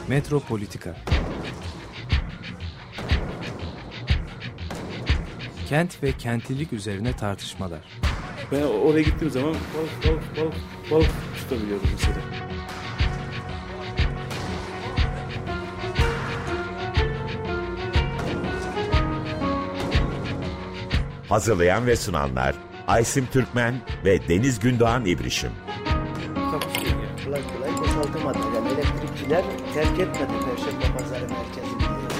Metropolitika. Kent ve kentlilik üzerine tartışmalar. Ben oraya gittiğim zaman balık tutabiliyordum mesela. Hazırlayan ve sunanlar Aysim Türkmen ve Deniz Gündoğan İbrişim. Kolay kolay boşaltamadı. Yani elektrikçiler terk etmedi Perşembe Pazarı merkezini.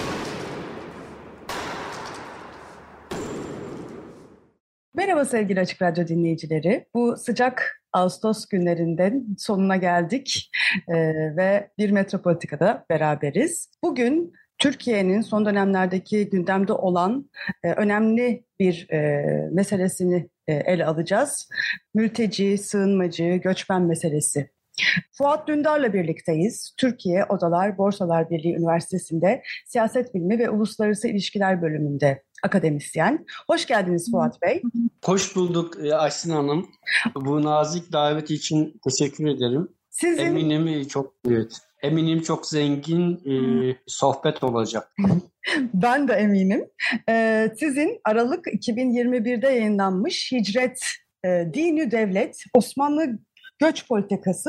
Merhaba sevgili Açık Radyo dinleyicileri. Bu sıcak Ağustos günlerinden sonuna geldik ve bir Metropolitika'da beraberiz. Bugün Türkiye'nin son dönemlerdeki gündemde olan önemli bir meselesini ele alacağız. Mülteci, sığınmacı, göçmen meselesi. Fuat Dündar'la birlikteyiz. Türkiye Odalar Borsalar Birliği Üniversitesi'nde Siyaset Bilimi ve Uluslararası İlişkiler bölümünde akademisyen. Hoş geldiniz Fuat Bey. Hoş bulduk Aysin Hanım. Bu nazik davet için teşekkür ederim. Eminim çok zengin sohbet olacak. Ben de eminim. Sizin Aralık 2021'de yayınlanmış Hicret, Dini Devlet, Osmanlı Göç Politikası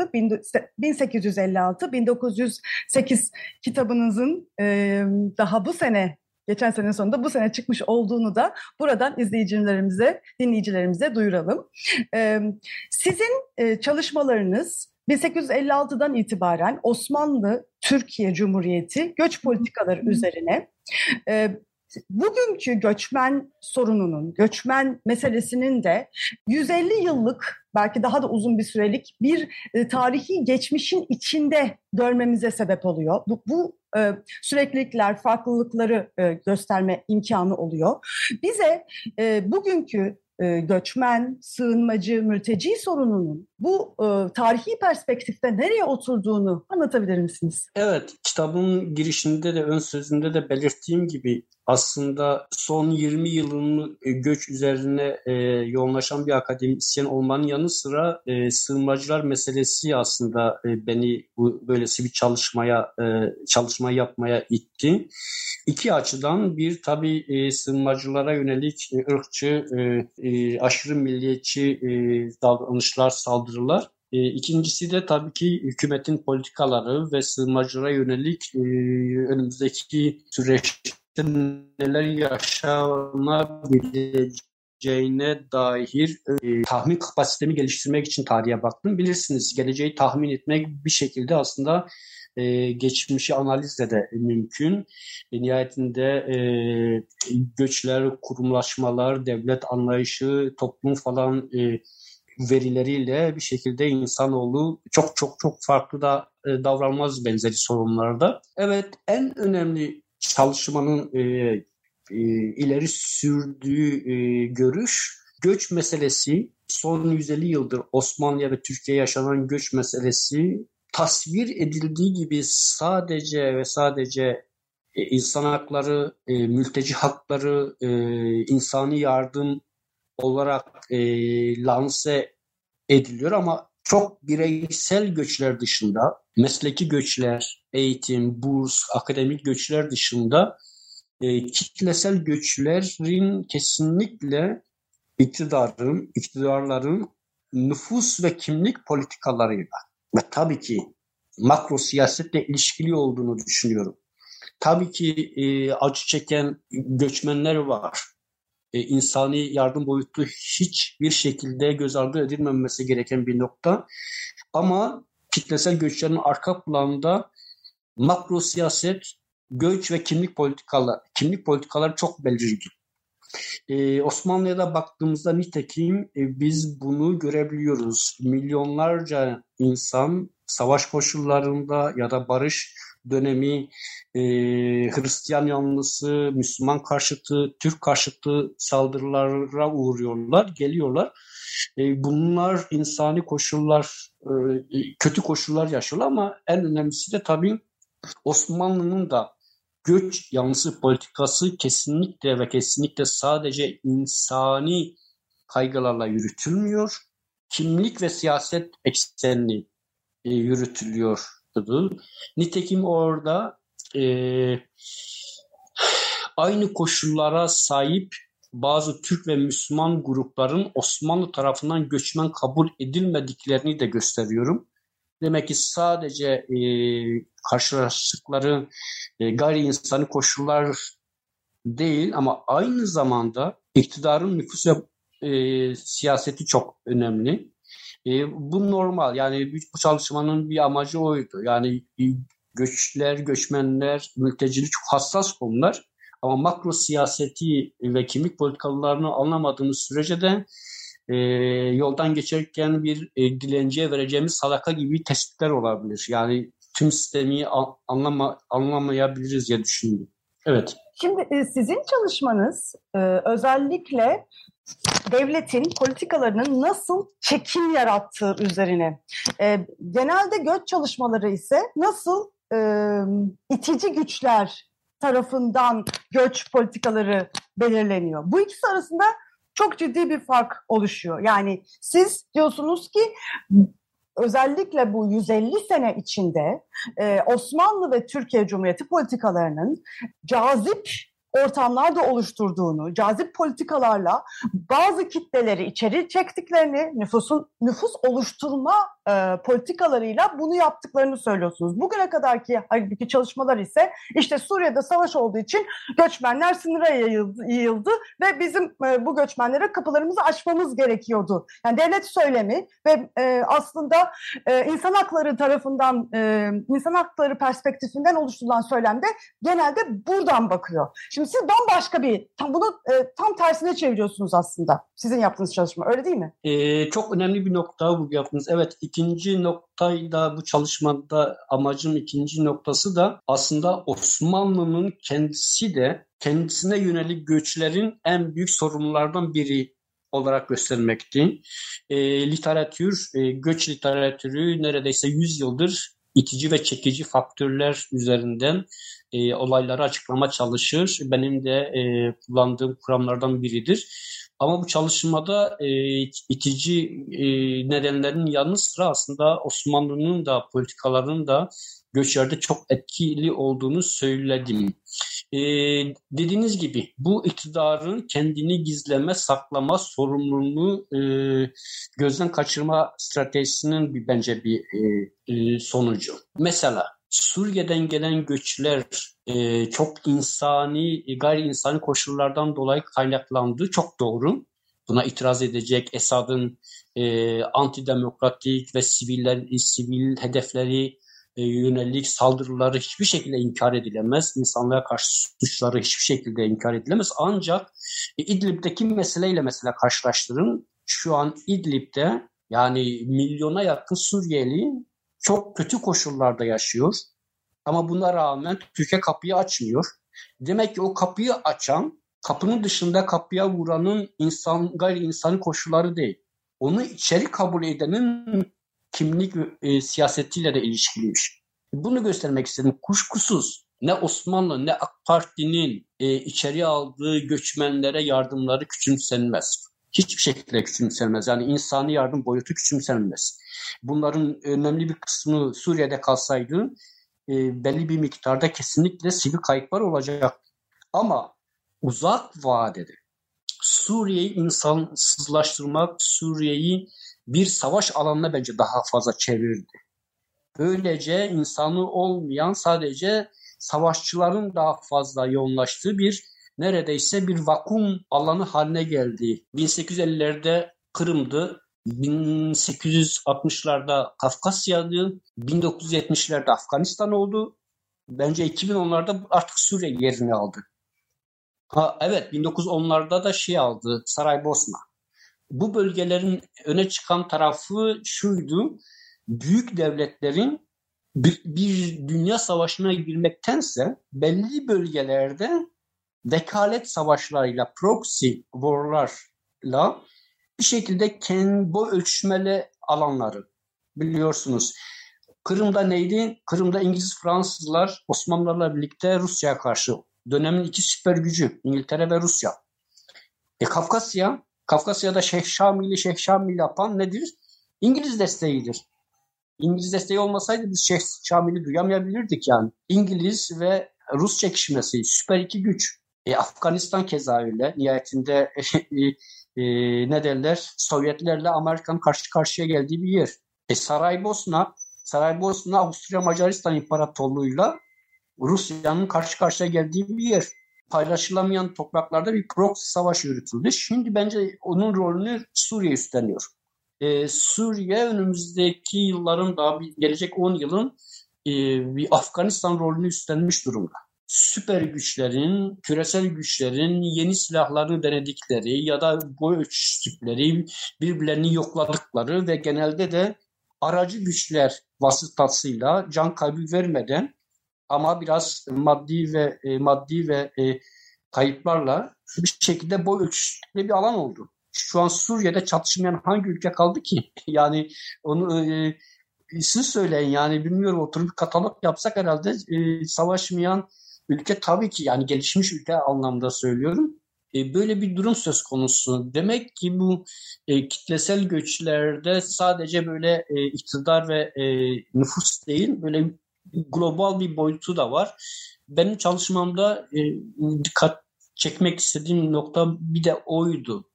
1856-1908 kitabınızın daha bu sene, geçen sene sonunda bu sene çıkmış olduğunu da buradan dinleyicilerimize duyuralım. Sizin çalışmalarınız 1856'dan itibaren Osmanlı-Türkiye Cumhuriyeti göç politikaları üzerine bugünkü göçmen sorununun, göçmen meselesinin de 150 yıllık, belki daha da uzun bir sürelik bir tarihi geçmişin içinde görmemize sebep oluyor. Bu süreklilikler, farklılıkları gösterme imkanı oluyor. Bize bugünkü göçmen, sığınmacı, mülteci sorununun bu tarihi perspektifte nereye oturduğunu anlatabilir misiniz? Evet, kitabın girişinde de ön sözünde de belirttiğim gibi aslında son 20 yılın göç üzerine yoğunlaşan bir akademisyen olmanın yanı sıra sığınmacılar meselesi aslında beni böylesi bir çalışma yapmaya itti. İki açıdan, bir tabii sığınmacılara yönelik ırkçı, aşırı milliyetçi davranışlar, saldırılar. İkincisi de tabii ki hükümetin politikaları ve sığınmacılara yönelik önümüzdeki süreçte neler yaşanabileceğine dair tahmin kapasitemi geliştirmek için tarihe baktım. Bilirsiniz, geleceği tahmin etmek bir şekilde aslında geçmişi analizle de mümkün. Nihayetinde göçler, kurumlaşmalar, devlet anlayışı, toplum falan verileriyle bir şekilde insanoğlu çok farklı da davranmaz benzeri sorunlarda. Evet, en önemli çalışmanın ileri sürdüğü görüş, göç meselesi, son 150 yıldır Osmanlı'ya ve Türkiye'ye yaşanan göç meselesi tasvir edildiği gibi sadece ve sadece insan hakları, mülteci hakları, insani yardım olarak lanse ediliyor ama çok bireysel göçler dışında, mesleki göçler, eğitim, burs, akademik göçler dışında kitlesel göçlerin kesinlikle iktidarların nüfus ve kimlik politikalarıyla ve tabii ki makro siyasetle ilişkili olduğunu düşünüyorum. Tabii ki acı çeken göçmenler var. İnsani yardım boyutu hiçbir şekilde göz ardı edilmemesi gereken bir nokta. Ama kitlesel göçlerin arka planında makro siyaset, göç ve kimlik politikaları çok belirgin. Osmanlı'ya da baktığımızda nitekim biz bunu görebiliyoruz. Milyonlarca insan savaş koşullarında ya da barış dönemi Hristiyan yanlısı, Müslüman karşıtı, Türk karşıtı saldırılara uğruyorlar, geliyorlar. Bunlar insani koşullar, kötü koşullar yaşıyorlar ama en önemlisi de tabii Osmanlı'nın da göç yanlısı politikası kesinlikle ve kesinlikle sadece insani kaygılarla yürütülmüyor. Kimlik ve siyaset eksenli yürütülüyor. Nitekim orada aynı koşullara sahip bazı Türk ve Müslüman grupların Osmanlı tarafından göçmen kabul edilmediklerini de gösteriyorum. Demek ki sadece karşılaştıkları gayri insani koşullar değil ama aynı zamanda iktidarın nüfus ve siyaseti çok önemli. Bu normal. Yani bu çalışmanın bir amacı oydu. Yani göçler, göçmenler, mültecilik çok hassas konular. Ama makro siyaseti ve kimlik politikalarını anlamadığımız sürece de yoldan geçerken bir dilenciye vereceğimiz sadaka gibi tespitler olabilir. Yani tüm sistemi anlamayabiliriz diye düşündüm. Evet. Şimdi sizin çalışmanız özellikle devletin politikalarının nasıl çekim yarattığı üzerine. Genelde göç çalışmaları ise nasıl itici güçler tarafından göç politikaları belirleniyor. Bu ikisi arasında çok ciddi bir fark oluşuyor. Yani siz diyorsunuz ki özellikle bu 150 sene içinde Osmanlı ve Türkiye Cumhuriyeti politikalarının cazip ortamlarda oluşturduğunu, cazip politikalarla bazı kitleleri içeri çektiklerini, nüfus oluşturma politikalarıyla bunu yaptıklarını söylüyorsunuz. Bugüne kadarki halbuki çalışmalar ise işte Suriye'de savaş olduğu için göçmenler sınıra yayıldı ve bizim bu göçmenlere kapılarımızı açmamız gerekiyordu. Yani devlet söylemi ve aslında insan hakları tarafından, insan hakları perspektifinden oluşturulan söylemde genelde buradan bakıyor. Şimdi siz bambaşka bunu tam tersine çeviriyorsunuz aslında. Sizin yaptığınız çalışma, öyle değil mi? Çok önemli bir nokta bu yaptınız. Evet, ikinci noktayda bu çalışmada amacım ikinci noktası da aslında Osmanlı'nın kendisi de kendisine yönelik göçlerin en büyük sorunlardan biri olarak göstermekti. Göç literatürü neredeyse 100 yıldır itici ve çekici faktörler üzerinden olayları açıklama çalışır. Benim de kullandığım kuramlardan biridir. Ama bu çalışmada itici nedenlerin yanı sıra aslında Osmanlı'nın da politikalarının da göçlerde çok etkili olduğunu söyledim. Dediğiniz gibi bu iktidarın kendini gizleme, saklama sorumluluğunu gözden kaçırma stratejisinin bence bir sonucu. Mesela Suriye'den gelen göçler çok gayri insani koşullardan dolayı kaynaklandı. Çok doğru. Buna itiraz edecek Esad'ın antidemokratik ve sivil hedefleri yönelik saldırıları hiçbir şekilde inkar edilemez. İnsanlığa karşı suçları hiçbir şekilde inkar edilemez. Ancak İdlib'deki meseleyle mesela karşılaştırın. Şu an İdlib'de yani milyona yakın Suriyeli çok kötü koşullarda yaşıyor. Ama buna rağmen Türkiye kapıyı açmıyor. Demek ki o kapıyı açan, kapının dışında kapıya vuranın gayri insani koşulları değil. Onu içeri kabul edenin kimlik siyasetiyle de ilişkiliymiş. Bunu göstermek istedim. Kuşkusuz ne Osmanlı ne AK Parti'nin içeri aldığı göçmenlere yardımları küçümsenmez. Hiçbir şekilde küçümsenmez. Yani insani yardım boyutu küçümsenmez. Bunların önemli bir kısmı Suriye'de kalsaydı belli bir miktarda kesinlikle sivil kayıplar olacak. Ama uzak vadede Suriye'yi insansızlaştırmak, Suriye'yi bir savaş alanına bence daha fazla çevirdi. Böylece insanı olmayan sadece savaşçıların daha fazla yoğunlaştığı neredeyse bir vakum alanı haline geldi. 1850'lerde Kırım'dı, 1860'larda Kafkasya'dı, 1970'lerde Afganistan oldu. Bence 2010'larda artık Suriye yerini aldı. Evet, 1910'larda da aldı, Saraybosna. Bu bölgelerin öne çıkan tarafı şuydu: büyük devletlerin bir dünya savaşına girmektense belli bölgelerde vekalet savaşlarıyla, proxy war'larla bir şekilde boy ölçüşmeli alanları biliyorsunuz. Kırım'da neydi? Kırım'da İngiliz, Fransızlar Osmanlılarla birlikte Rusya'ya karşı, dönemin iki süper gücü İngiltere ve Rusya. Kafkasya'da Şeyh Şamil'i yapan nedir? İngiliz desteğidir. İngiliz desteği olmasaydı biz Şeyh Şamil'i duyamayabilirdik yani. İngiliz ve Rus çekişmesi, süper iki güç. Afganistan keza öyle. Nihayetinde ne derler? Sovyetlerle Amerika'nın karşı karşıya geldiği bir yer. Saraybosna Avusturya Macaristan İmparatorluğu'yla Rusya'nın karşı karşıya geldiği bir yer. Paylaşılamayan topraklarda bir proxy savaş yürütüldü. Şimdi bence onun rolünü Suriye üstleniyor. Suriye önümüzdeki yılların daha gelecek 10 yılın bir Afganistan rolünü üstlenmiş durumda. Süper güçlerin, küresel güçlerin yeni silahlarını denedikleri ya da boy ölçüştükleri, birbirlerini yokladıkları ve genelde de aracı güçler vasıtasıyla can kaybı vermeden ama biraz maddi ve kayıplarla bir şekilde boy ölçüştükleri bir alan oldu. Şu an Suriye'de çatışmayan hangi ülke kaldı ki? Yani onu siz söyleyin yani bilmiyorum, oturup katalog yapsak herhalde savaşmayan ülke tabii ki, yani gelişmiş ülke anlamda söylüyorum. Böyle bir durum söz konusu. Demek ki bu kitlesel göçlerde sadece böyle iktidar ve nüfus değil, böyle global bir boyutu da var. Benim çalışmamda dikkat çekmek istediğim nokta bir de oydu.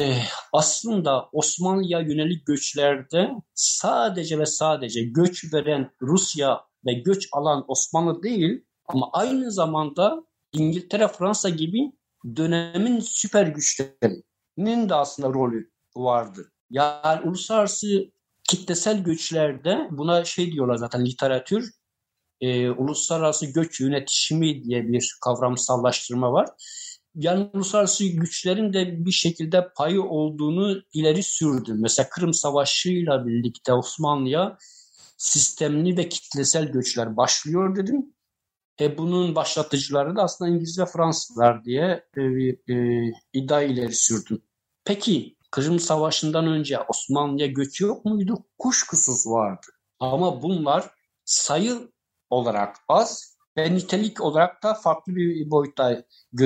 Aslında Osmanlı'ya yönelik göçlerde sadece ve sadece göç veren Rusya ve göç alan Osmanlı değil, ama aynı zamanda İngiltere, Fransa gibi dönemin süper güçlerinin de aslında rolü vardı. Yani uluslararası kitlesel göçlerde buna şey diyorlar zaten literatür, uluslararası göç yönetişimi diye bir kavramsallaştırma var. Yani uluslararası güçlerin de bir şekilde payı olduğunu ileri sürdü. Mesela Kırım Savaşı'yla birlikte Osmanlı'ya sistemli ve kitlesel göçler başlıyor dedim. Bunun başlatıcıları da aslında İngiliz ve Fransızlar diye iddia ileri sürdüm. Peki Kırım Savaşı'ndan önce Osmanlı'ya göç yok muydu? Kuşkusuz vardı. Ama bunlar sayı olarak az ve nitelik olarak da farklı bir boyutta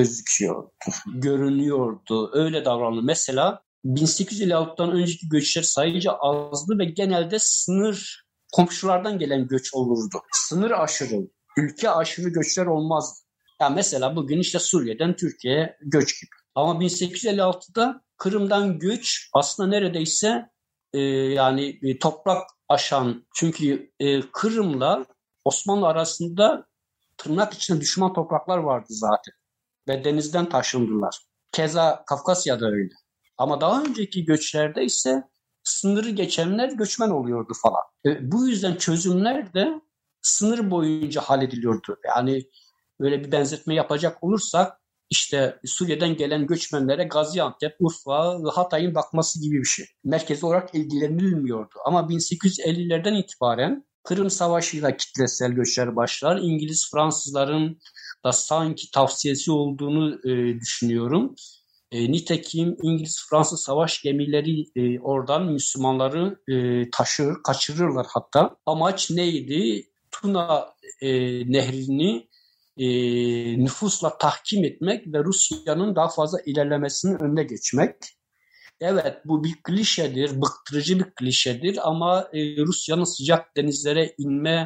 görünüyordu. Öyle davranıldı. Mesela 1856'dan önceki göçler sayıca azdı ve genelde sınır komşulardan gelen göç olurdu. Sınır aşırı, ülke aşırı göçler olmazdı. Yani mesela bugün işte Suriye'den Türkiye'ye göç gibi. Ama 1856'da Kırım'dan göç aslında neredeyse yani toprak aşan, çünkü Kırım'la Osmanlı arasında tırnak içinde düşman topraklar vardı zaten ve denizden taşındılar. Keza Kafkasya'da öyle. Ama daha önceki göçlerde ise sınırı geçenler göçmen oluyordu falan. Bu yüzden çözümler de sınır boyunca hallediliyordu. Yani böyle bir benzetme yapacak olursak işte Suriye'den gelen göçmenlere Gaziantep, Urfa, Hatay'ın bakması gibi bir şey. Merkezi olarak ilgilenilmiyordu. Ama 1850'lerden itibaren Kırım Savaşı'yla kitlesel göçler başlar. İngiliz, Fransızların da sanki tavsiyesi olduğunu düşünüyorum. Nitekim İngiliz-Fransız savaş gemileri oradan Müslümanları taşır, kaçırırlar hatta. Amaç neydi? Tuna nehrini nüfusla tahkim etmek ve Rusya'nın daha fazla ilerlemesinin önüne geçmek. Evet, bu bir klişedir, bıktırıcı bir klişedir ama Rusya'nın sıcak denizlere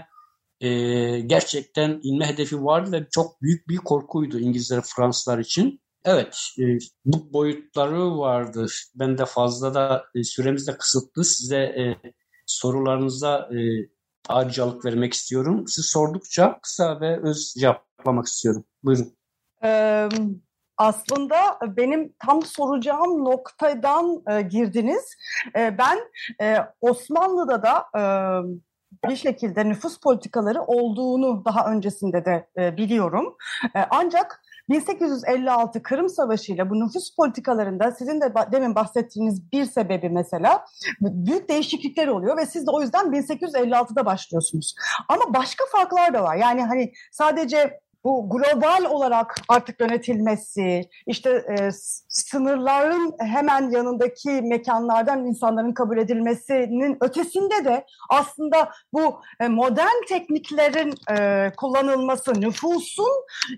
gerçekten inme hedefi vardı ve çok büyük bir korkuydu İngilizler, Fransızlar için. Evet, bu boyutları vardı. Ben de fazla da süremiz de kısıtlı. Size sorularınıza ayrıcalık vermek istiyorum. Siz sordukça kısa ve öz cevaplamak istiyorum. Buyurun. Aslında benim tam soracağım noktadan girdiniz. Ben Osmanlı'da da bir şekilde nüfus politikaları olduğunu daha öncesinde de biliyorum. Ancak 1856 Kırım Savaşı ile bu nüfus politikalarında sizin de demin bahsettiğiniz bir sebebi mesela büyük değişiklikler oluyor ve siz de o yüzden 1856'da başlıyorsunuz. Ama başka farklar da var. Yani hani sadece bu global olarak artık yönetilmesi, işte sınırların hemen yanındaki mekanlardan insanların kabul edilmesinin ötesinde de aslında bu modern tekniklerin kullanılması,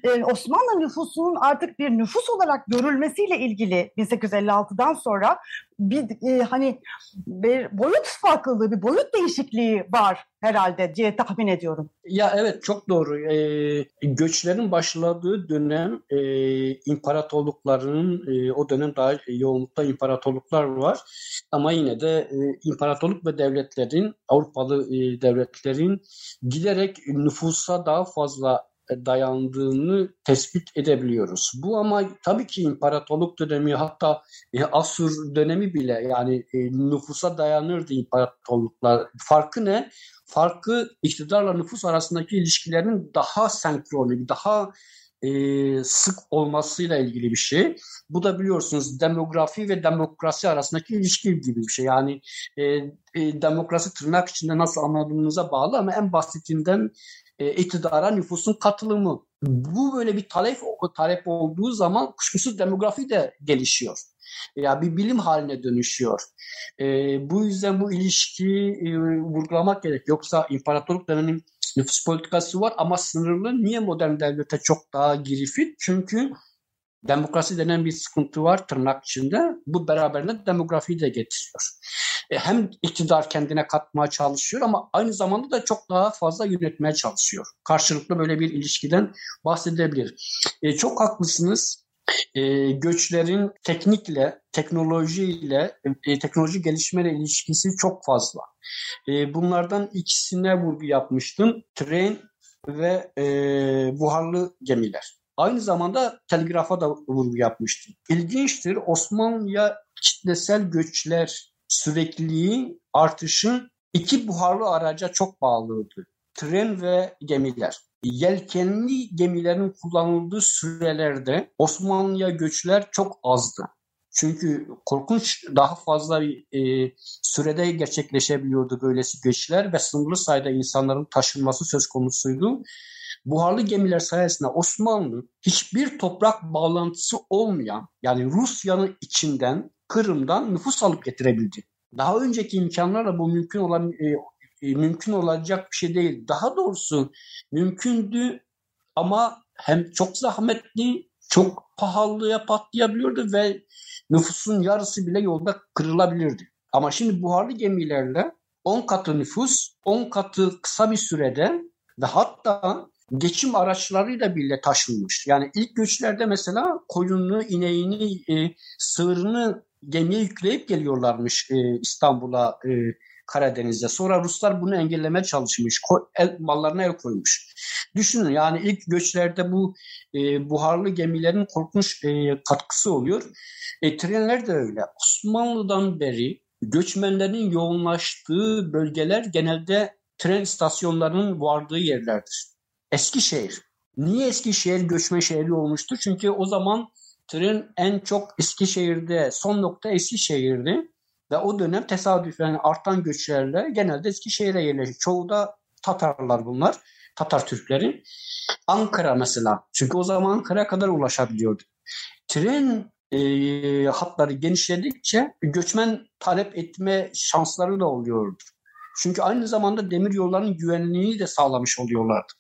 Osmanlı nüfusunun artık bir nüfus olarak görülmesiyle ilgili 1856'dan sonra hani bir boyut farklılığı, bir boyut değişikliği var herhalde diye tahmin ediyorum. Ya evet, çok doğru. Göçlerin başladığı dönem imparatorlukların o dönem daha yoğunlukta imparatorluklar var. Ama yine de imparatorluk ve devletlerin, Avrupalı devletlerin giderek nüfusa daha fazla dayandığını tespit edebiliyoruz. Bu ama tabii ki imparatorluk dönemi, hatta Asur dönemi bile, yani nüfusa dayanırdı imparatorluklar. Farkı ne? Farkı iktidarla nüfus arasındaki ilişkilerin daha senkronik, daha sık olmasıyla ilgili bir şey. Bu da biliyorsunuz demografi ve demokrasi arasındaki ilişki gibi bir şey. Yani demokrasi tırnak içinde nasıl anladığınıza bağlı ama en basitinden iktidara nüfusun katılımı. Bu böyle bir talep olduğu zaman kuşkusuz demografi de gelişiyor. Ya bir bilim haline dönüşüyor. Bu yüzden bu ilişkiyi vurgulamak gerek. Yoksa imparatorluk döneminin nüfus politikası var ama sınırlı. Niye modern devlete çok daha girifit? Çünkü demokrasi denen bir sıkıntı var tırnak içinde. Bu beraberinde demografiyi de getiriyor. Hem iktidar kendine katmaya çalışıyor ama aynı zamanda da çok daha fazla yönetmeye çalışıyor. Karşılıklı böyle bir ilişkiden bahsedebilir. Çok haklısınız. Göçlerin teknikle, teknolojiyle, teknoloji gelişmeyle ilişkisi çok fazla. Bunlardan ikisine vurgu yapmıştım. Tren ve buharlı gemiler. Aynı zamanda telgrafa da vurgu yapmıştım. İlginçtir, Osmanlı'ya kitlesel göçler sürekliliği, artışı iki buharlı araca çok bağlıydı. Tren ve gemiler. Yelkenli gemilerin kullanıldığı sürelerde Osmanlı'ya göçler çok azdı. Çünkü korkunç daha fazla bir sürede gerçekleşebiliyordu böylesi göçler ve sınırlı sayıda insanların taşınması söz konusuydu. Buharlı gemiler sayesinde Osmanlı hiçbir toprak bağlantısı olmayan, yani Rusya'nın içinden, Kırım'dan nüfus alıp getirebildi. Daha önceki imkanlarla bu mümkün olacak bir şey değil. Daha doğrusu mümkündü ama hem çok zahmetli, çok pahalıya patlayabiliyordu ve nüfusun yarısı bile yolda kırılabilirdi. Ama şimdi buharlı gemilerle 10 katı nüfus, 10 katı kısa bir sürede ve hatta geçim araçlarıyla bile taşınmış. Yani ilk göçlerde mesela koyununu, ineğini, sığırını gemiye yükleyip geliyorlarmış İstanbul'a, Karadeniz'de. Sonra Ruslar bunu engellemeye çalışmış. Mallarına el koymuş. Düşünün, yani ilk göçlerde bu buharlı gemilerin korkunç katkısı oluyor. Trenler de öyle. Osmanlı'dan beri göçmenlerin yoğunlaştığı bölgeler genelde tren istasyonlarının vardığı yerlerdir. Eskişehir. Niye Eskişehir göçmen şehri olmuştur? Çünkü o zaman tren en çok Eskişehir'de, son nokta Eskişehir'di. Ve o dönem tesadüfen artan göçlerle genelde Eskişehir'e yerleşti. Çoğu da Tatarlar bunlar. Tatar Türkleri. Ankara mesela. Çünkü o zaman Ankara'ya kadar ulaşabiliyordu. Tren hatları genişledikçe göçmen talep etme şansları da oluyordu. Çünkü aynı zamanda demir yollarının güvenliğini de sağlamış oluyorlardı.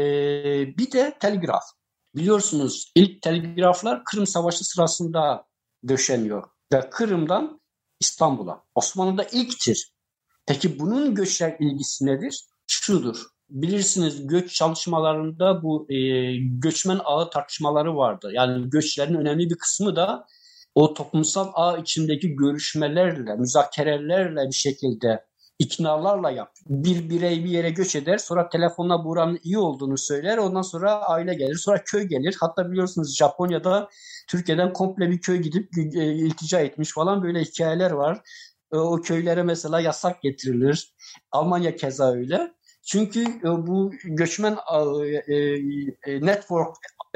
Bir de telgraf. Biliyorsunuz ilk telgraflar Kırım Savaşı sırasında döşeniyor. Ve Kırım'dan İstanbul'a. Osmanlı'da ilktir. Peki bunun göçler ilgisi nedir? Şudur. Bilirsiniz göç çalışmalarında bu göçmen ağı tartışmaları vardı. Yani göçlerin önemli bir kısmı da o toplumsal ağ içindeki görüşmelerle, müzakerelerle bir şekilde iknalarla yaptı. Bir birey bir yere göç eder, sonra telefonla buranın iyi olduğunu söyler, ondan sonra aile gelir, sonra köy gelir. Hatta biliyorsunuz Japonya'da Türkiye'den komple bir köy gidip iltica etmiş falan, böyle hikayeler var. O köylere mesela yasak getirilir. Almanya keza öyle. Çünkü bu göçmen network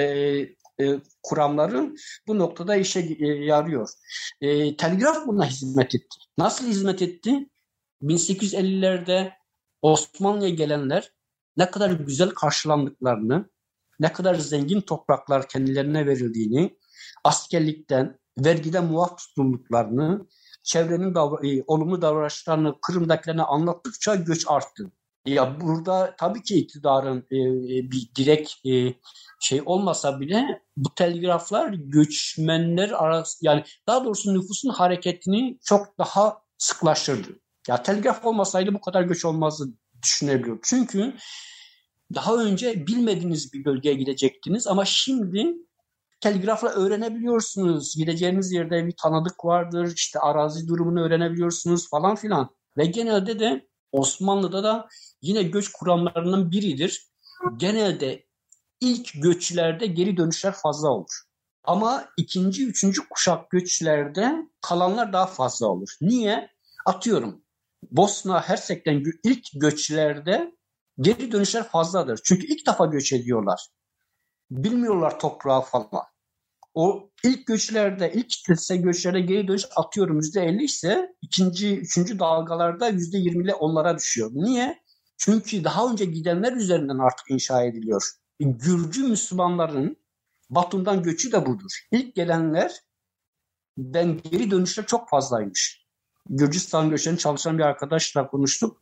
kuramları bu noktada işe yarıyor. Telgraf buna hizmet etti. Nasıl hizmet etti? 1850'lerde Osmanlı'ya gelenler ne kadar güzel karşılandıklarını, ne kadar zengin topraklar kendilerine verildiğini, askerlikten, vergiden muaf tutulduklarını, çevrenin olumlu davranışlarını Kırım'dakilerine anlattıkça göç arttı. Ya burada tabii ki iktidarın bir direkt şey olmasa bile bu telgraflar göçmenler arası, yani daha doğrusu nüfusun hareketini çok daha sıklaştırdı. Ya telgraf olmasaydı bu kadar göç olmazdı düşünebiliyorum. Çünkü daha önce bilmediğiniz bir bölgeye gidecektiniz ama şimdi telgrafla öğrenebiliyorsunuz. Gideceğiniz yerde bir tanıdık vardır, işte arazi durumunu öğrenebiliyorsunuz falan filan. Ve genelde de Osmanlı'da da yine göç kuramlarının biridir. Genelde ilk göçlerde geri dönüşler fazla olur. Ama ikinci, üçüncü kuşak göçlerde kalanlar daha fazla olur. Niye? Atıyorum, Bosna Hersek'ten ilk göçlerde geri dönüşler fazladır. Çünkü ilk defa göç ediyorlar. Bilmiyorlar toprağı falan. O ilk göçlerde, ilk kitlesel göçlerde geri dönüş atıyorum %50 ise ikinci, üçüncü dalgalarda %20'le onlara düşüyor. Niye? Çünkü daha önce gidenler üzerinden artık inşa ediliyor. Gürcü Müslümanların Batum'dan göçü de budur. İlk gelenlerden geri dönüşler çok fazlaymış. Gürcistan göçlerini çalışan bir arkadaşla konuştuk.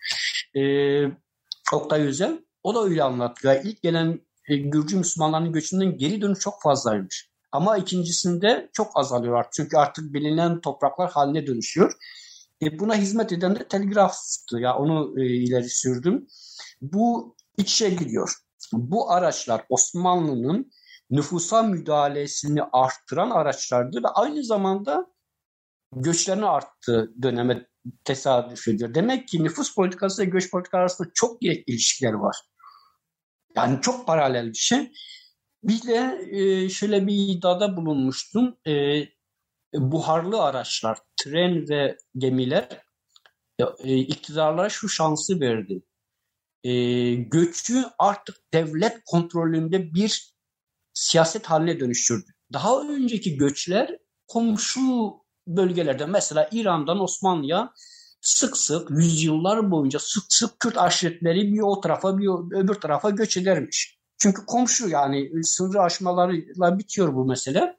Oktay Özel. O da öyle anlatıyor. İlk gelen Gürcü Müslümanların göçünden geri dönüş çok fazlaymış. Ama ikincisinde çok azalıyor artık. Çünkü artık bilinen topraklar haline dönüşüyor. Buna hizmet eden de telgraftı. Ya onu ileri sürdüm. Bu iç içe gidiyor. Bu araçlar Osmanlı'nın nüfusa müdahalesini arttıran araçlardı ve aynı zamanda göçlerini arttığı döneme tesadüf ediyor. Demek ki nüfus politikası ve göç politikası arasında çok direkt ilişkiler var. Yani çok paralel bir şey. Bir de şöyle bir iddiada bulunmuştum. Buharlı araçlar, tren ve gemiler iktidarlara şu şansı verdi. Göçü artık devlet kontrolünde bir siyaset haline dönüştürdü. Daha önceki göçler komşu bölgelerde, mesela İran'dan Osmanlı'ya sık sık yüzyıllar boyunca sık sık Kürt aşiretleri bir o tarafa bir öbür tarafa göç edermiş. Çünkü komşu, yani sınırı aşmalarıyla bitiyor bu mesele.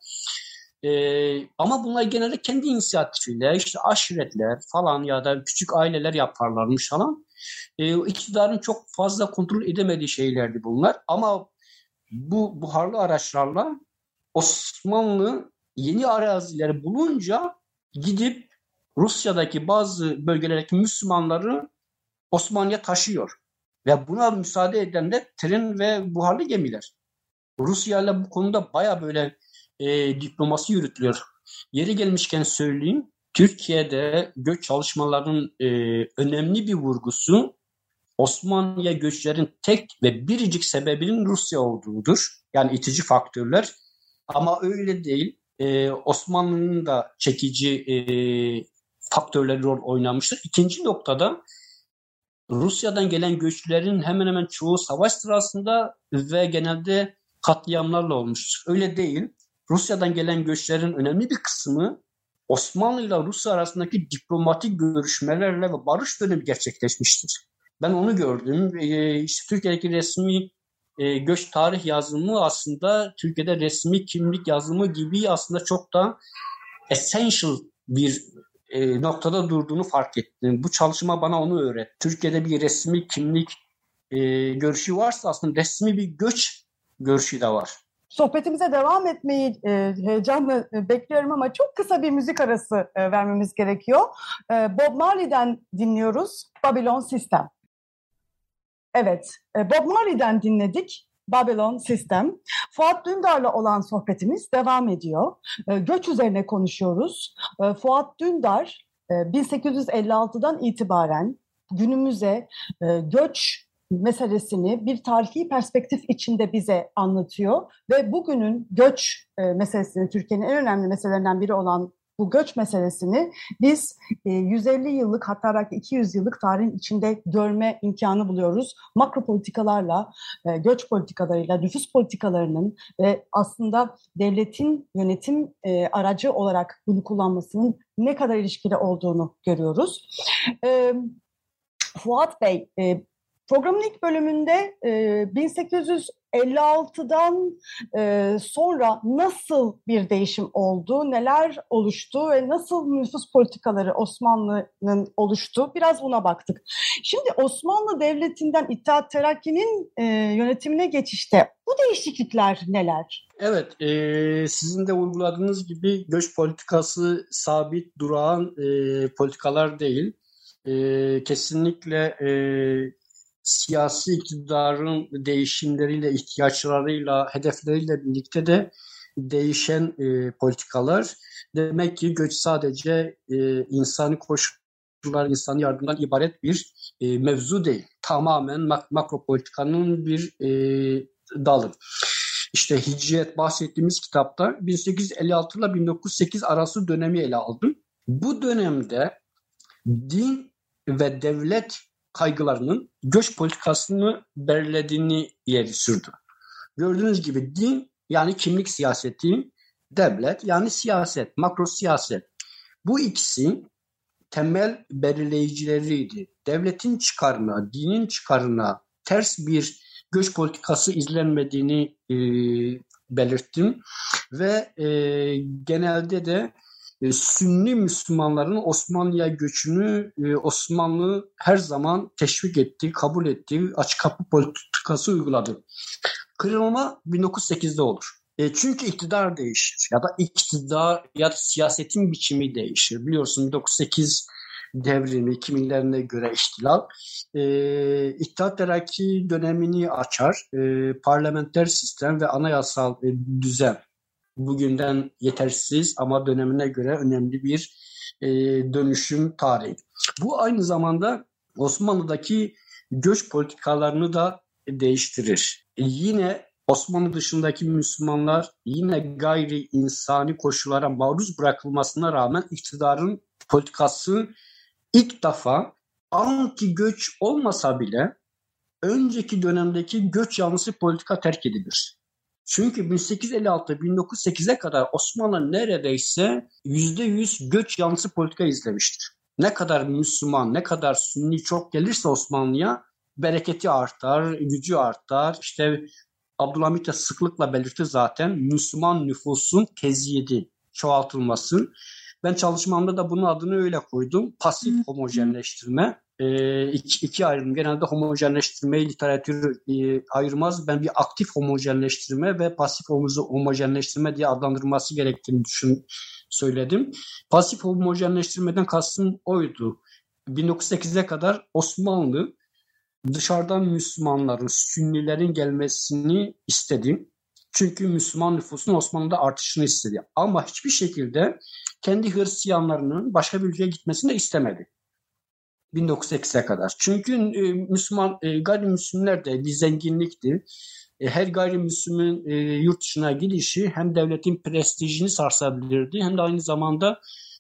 Ama bunlar genelde kendi inisiyatifiyle işte aşiretler falan ya da küçük aileler yaparlarmış falan. İktidarın çok fazla kontrol edemediği şeylerdi bunlar. Ama bu buharlı araçlarla Osmanlı yeni arazileri bulunca gidip Rusya'daki bazı bölgelerdeki Müslümanları Osmanlı'ya taşıyor. Ve buna müsaade eden de tren ve buharlı gemiler. Rusya ile bu konuda baya böyle diplomasi yürütülüyor. Yeri gelmişken söyleyeyim, Türkiye'de göç çalışmalarının önemli bir vurgusu Osmanlı'ya göçlerin tek ve biricik sebebinin Rusya olduğudur. Yani itici faktörler. Ama öyle değil. Osmanlı'nın da çekici faktörleri rol oynamıştır. İkinci noktada Rusya'dan gelen göçlerin hemen hemen çoğu savaş sırasında ve genelde katliamlarla olmuştur. Öyle değil. Rusya'dan gelen göçlerin önemli bir kısmı Osmanlı ile Rusya arasındaki diplomatik görüşmelerle ve barış dönemi gerçekleşmiştir. Ben onu gördüm. İşte Türkiye'deki resmi göç tarih yazımı aslında Türkiye'de resmi kimlik yazımı gibi aslında çok da essential bir noktada durduğunu fark ettim. Bu çalışma bana onu öğretti. Türkiye'de bir resmi kimlik görüşü varsa aslında resmi bir göç görüşü de var. Sohbetimize devam etmeyi heyecanla bekliyorum ama çok kısa bir müzik arası vermemiz gerekiyor. Bob Marley'den dinliyoruz, Babylon System. Evet, Bob Marley'den dinledik, Babylon System. Fuat Dündar'la olan sohbetimiz devam ediyor. Göç üzerine konuşuyoruz. Fuat Dündar 1856'dan itibaren günümüze göç meselesini bir tarihi perspektif içinde bize anlatıyor ve bugünün göç meselesini, Türkiye'nin en önemli meselelerinden biri olan bu göç meselesini biz 150 yıllık, hatta belki 200 yıllık tarihin içinde görme imkanı buluyoruz. Makro politikalarla, göç politikalarıyla, nüfus politikalarının ve aslında devletin yönetim aracı olarak bunu kullanmasının ne kadar ilişkili olduğunu görüyoruz. Fuat Bey, Programın ilk bölümünde 1856'dan sonra nasıl bir değişim oldu, neler oluştu ve nasıl nüfus politikaları Osmanlı'nın oluştu, biraz buna baktık. Şimdi Osmanlı Devleti'nden İttihat Terakki'nin yönetimine geçişte bu değişiklikler neler? Evet, sizin de uyguladığınız gibi göç politikası sabit, durağan politikalar değil. Kesinlikle siyasi iktidarın değişimleriyle, ihtiyaçlarıyla, hedefleriyle birlikte de değişen politikalar. Demek ki göç sadece insani koşullar, insani yardımdan ibaret bir mevzu değil. Tamamen makro politikanın bir dalı. İşte Hicriyet bahsettiğimiz kitapta 1856 ile 1908 arası dönemi ele aldım. Bu dönemde din ve devlet kaygılarının göç politikasını belirlediğini ileri sürdü. Gördüğünüz gibi din yani kimlik siyaseti, devlet yani siyaset, makro siyaset. Bu ikisi temel belirleyicileriydi. Devletin çıkarına, dinin çıkarına ters bir göç politikası izlenmediğini belirttim ve genelde de Sünni Müslümanların Osmanlı'ya göçünü Osmanlı her zaman teşvik etti, kabul etti, açık kapı politikası uyguladı. Kırılma 1908'de olur. Çünkü iktidar değişir ya da iktidar ya da siyasetin biçimi değişir. Biliyorsun 1908 devrimi kimilerine göre ihtilal. İttihat Terakki dönemini açar. Parlamenter sistem ve anayasal düzen bugünden yetersiz ama dönemine göre önemli bir dönüşüm tarihi. Bu aynı zamanda Osmanlı'daki göç politikalarını da değiştirir. Yine Osmanlı dışındaki Müslümanlar yine gayri insani koşullara maruz bırakılmasına rağmen iktidarın politikası ilk defa anti göç olmasa bile önceki dönemdeki göç yanlısı politika terk edilir. Çünkü 1856-1908'e kadar Osmanlı neredeyse %100 göç yanlısı politika izlemiştir. Ne kadar Müslüman, ne kadar Sünni çok gelirse Osmanlı'ya bereketi artar, gücü artar. İşte Abdülhamit de sıklıkla belirtti zaten Müslüman nüfusun tezyidi, çoğaltılması. Ben çalışmamda da bunun adını öyle koydum. Pasif homojenleştirme. İki ayrım. Genelde homojenleştirmeyi literatür ayırmaz. Ben bir aktif homojenleştirme ve pasif homojenleştirme diye adlandırılması gerektiğini söyledim. Pasif homojenleştirmeden kastım oydu. 1908'e kadar Osmanlı dışarıdan Müslümanların, Sünnilerin gelmesini istedi. Çünkü Müslüman nüfusun Osmanlı'da artışını istedi. Ama hiçbir şekilde kendi Hristiyanlarının başka bir ülkeye gitmesini de istemedi. 1908'e kadar. Çünkü Müslüman, gayrimüslimler de bir zenginlikti. Her gayrimüslimin yurt dışına gidişi hem devletin prestijini sarsabilirdi hem de aynı zamanda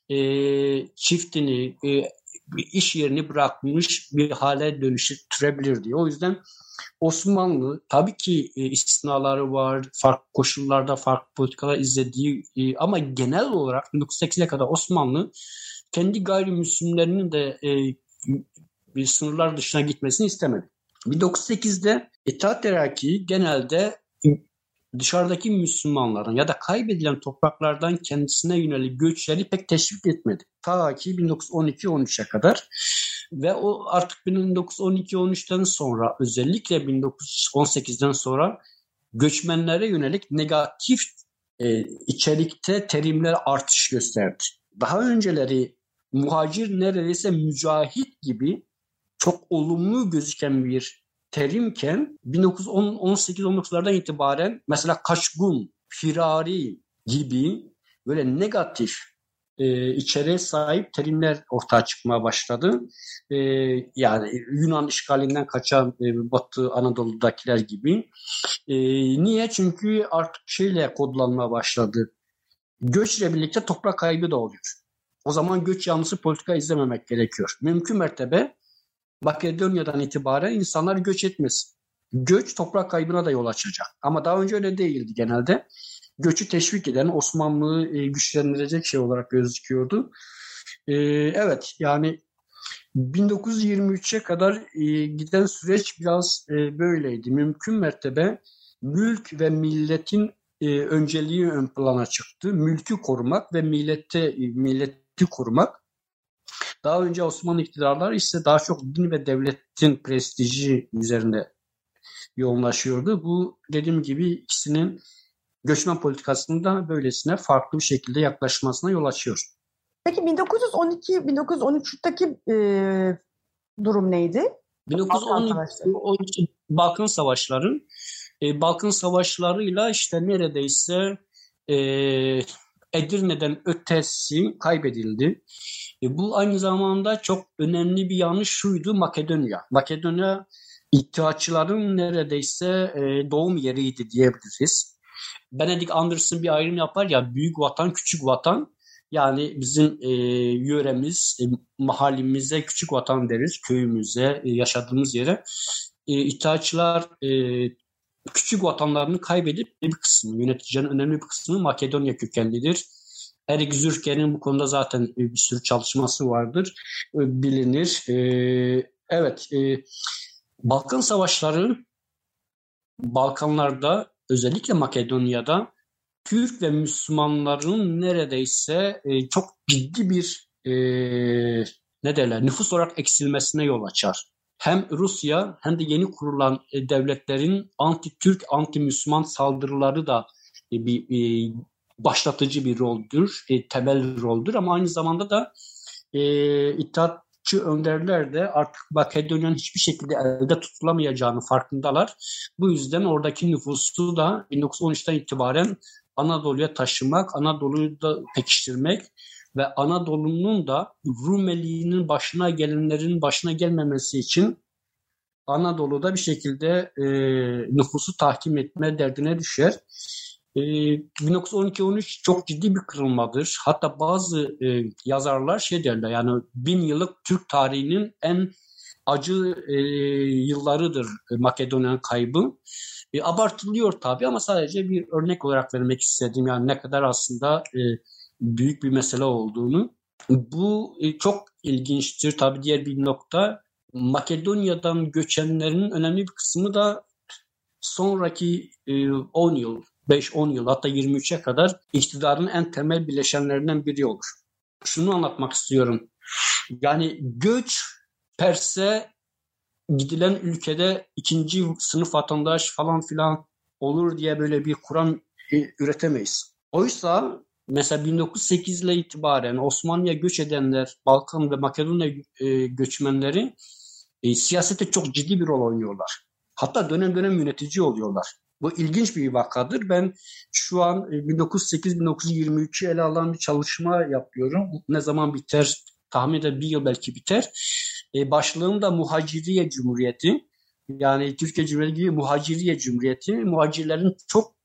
çiftini, iş yerini bırakmış bir hale dönüştürebilirdi. O yüzden Osmanlı tabii ki istisnaları var, farklı koşullarda farklı politikalar izlediği ama genel olarak 1908'e kadar Osmanlı kendi gayrimüslimlerinin de bir sınırlar dışına gitmesini istemedi. 1908'de İttihat Terakki genelde dışarıdaki Müslümanların ya da kaybedilen topraklardan kendisine yönelik göçleri pek teşvik etmedi. Ta ki 1912-13'e kadar ve o artık 1912-13'ten sonra özellikle 1918'den sonra göçmenlere yönelik negatif içerikte terimler artış gösterdi. Daha önceleri muhacir neredeyse mücahit gibi çok olumlu gözüken bir terimken 1918-19'lardan itibaren mesela kaçgun, firari gibi böyle negatif içeriğe sahip terimler ortaya çıkmaya başladı. Yani Yunan işgalinden kaçan Batı Anadolu'dakiler gibi. Niye? Çünkü artık şeyle kodlanmaya başladı. Göçle birlikte toprak kaybı da oluyor. O zaman göç yanlısı politika izlememek gerekiyor. Mümkün mertebe Makedonya'dan itibaren insanlar göç etmesin. Göç toprak kaybına da yol açacak. Ama daha önce öyle değildi genelde. Göçü teşvik eden Osmanlı'yı güçlendirecek şey olarak gözüküyordu. Evet yani 1923'e kadar giden süreç biraz böyleydi. Mümkün mertebe mülk ve milletin önceliği ön plana çıktı. Mülkü korumak ve milleti korumak. Daha önce Osmanlı iktidarları ise daha çok din ve devletin prestiji üzerinde yoğunlaşıyordu. Bu dediğim gibi ikisinin göçmen politikasının da böylesine farklı bir şekilde yaklaşmasına yol açıyor. Peki 1912-1913'teki durum neydi? 1912 Balkan Savaşları. Balkan Savaşları'yla işte neredeyse Edirne'den ötesi kaybedildi. Bu aynı zamanda çok önemli bir yanlış şuydu: Makedonya. Makedonya İttihatçıların neredeyse doğum yeriydi diyebiliriz. Benedict Anderson bir ayrım yapar ya, büyük vatan, küçük vatan. Yani bizim yöremiz, mahallemize küçük vatan deriz, köyümüze, yaşadığımız yere. İttihatçılar küçük vatanlarını kaybedip bir kısmı, yöneticilerin önemli bir kısmı Makedonya kökenlidir. Erik Zürcher'in bu konuda zaten bir sürü çalışması vardır, bilinir. Evet, Balkan Savaşları Balkanlarda, özellikle Makedonya'da Türk ve Müslümanların neredeyse çok ciddi bir nüfus olarak eksilmesine yol açar. Hem Rusya hem de yeni kurulan devletlerin anti-Türk, anti-Müslüman saldırıları da bir başlatıcı bir roldür, temel roldür, ama aynı zamanda da İttihatçı önderler de artık Makedonya'nın hiçbir şekilde elde tutulamayacağını farkındalar. Bu yüzden oradaki nüfusu da 1913'ten itibaren Anadolu'ya taşımak, Anadolu'yu da pekiştirmek ve Anadolu'nun da Rumeli'nin başına gelenlerin başına gelmemesi için Anadolu'da bir şekilde nüfusu tahkim etme derdine düşer. 1912-13 çok ciddi bir kırılmadır. Hatta bazı yazarlar şey derler, yani 1000 yıllık Türk tarihinin en acı yıllarıdır Makedonya'nın kaybı. Abartılıyor tabii ama sadece bir örnek olarak vermek istedim. Yani ne kadar aslında büyük bir mesele olduğunu. Bu çok ilginçtir. Tabii diğer bir nokta, Makedonya'dan göçenlerin önemli bir kısmı da sonraki 10 yıl, 5-10 yıl, hatta 23'e kadar iktidarın en temel bileşenlerinden biri olur. Şunu anlatmak istiyorum. Yani göç per se gidilen ülkede ikinci sınıf vatandaş falan filan olur diye böyle bir kuram üretemeyiz. Oysa mesela 1908 ile itibaren Osmanlı'ya göç edenler, Balkan ve Makedonya göçmenleri siyasette çok ciddi bir rol oynuyorlar. Hatta dönem dönem yönetici oluyorlar. Bu ilginç bir vakadır. Ben şu an 1908-1923'ü ele alan bir çalışma yapıyorum. Ne zaman biter? Tahmin ederim bir yıl belki biter. Başlığım da Muhaciriye Cumhuriyeti. Yani Türkiye Cumhuriyeti gibi Muhaciriye Cumhuriyeti. Muhacirlerin çok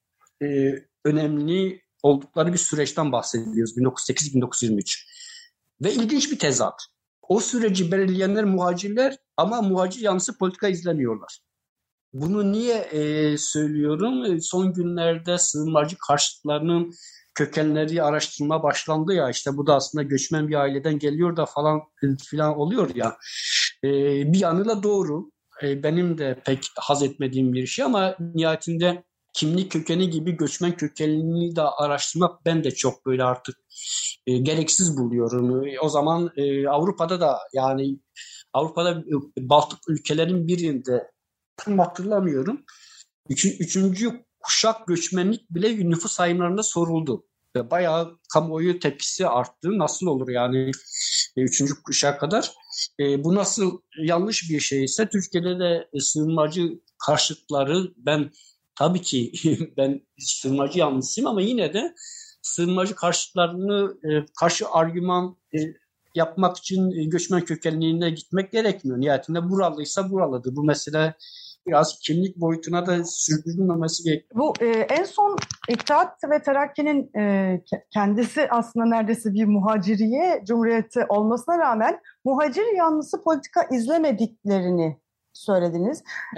önemli oldukları bir süreçten bahsediyoruz. 1908-1923. Ve ilginç bir tezat. O süreci belirleyenler muhacirler ama muhacir yanlısı politika izlemiyorlar. Bunu niye söylüyorum? Son günlerde sığınmacı karşıtlarının kökenleri araştırma başlandı ya, işte bu da aslında göçmen bir aileden geliyor da falan filan oluyor ya. Bir yanıyla doğru. Benim de pek haz etmediğim bir şey ama nihayetinde kimlik kökeni gibi göçmen kökenini de araştırmak ben de çok böyle artık gereksiz buluyorum. O zaman Avrupa'da da, yani Avrupa'da Baltık ülkelerin birinde, tam hatırlamıyorum, üçüncü kuşak göçmenlik bile nüfus sayımlarında soruldu. Ve bayağı kamuoyu tepkisi arttı. Nasıl olur yani üçüncü kuşağa kadar? Bu nasıl yanlış bir şeyse Türkiye'de de sığınmacı karşıtları, ben tabii ki ben sığınmacı yanlısıyım ama yine de sığınmacı karşıtlarını karşı argüman yapmak için göçmen kökenliğine gitmek gerekmiyor. Nihayetinde buralıysa buralıdır. Bu mesele biraz kimlik boyutuna da sürdürülmemesi gerekiyor. Bu en son İttihat ve Terakki'nin kendisi aslında neredeyse bir muhaciriye cumhuriyeti olmasına rağmen muhacir yanlısı politika izlemediklerini söylediniz. Evet.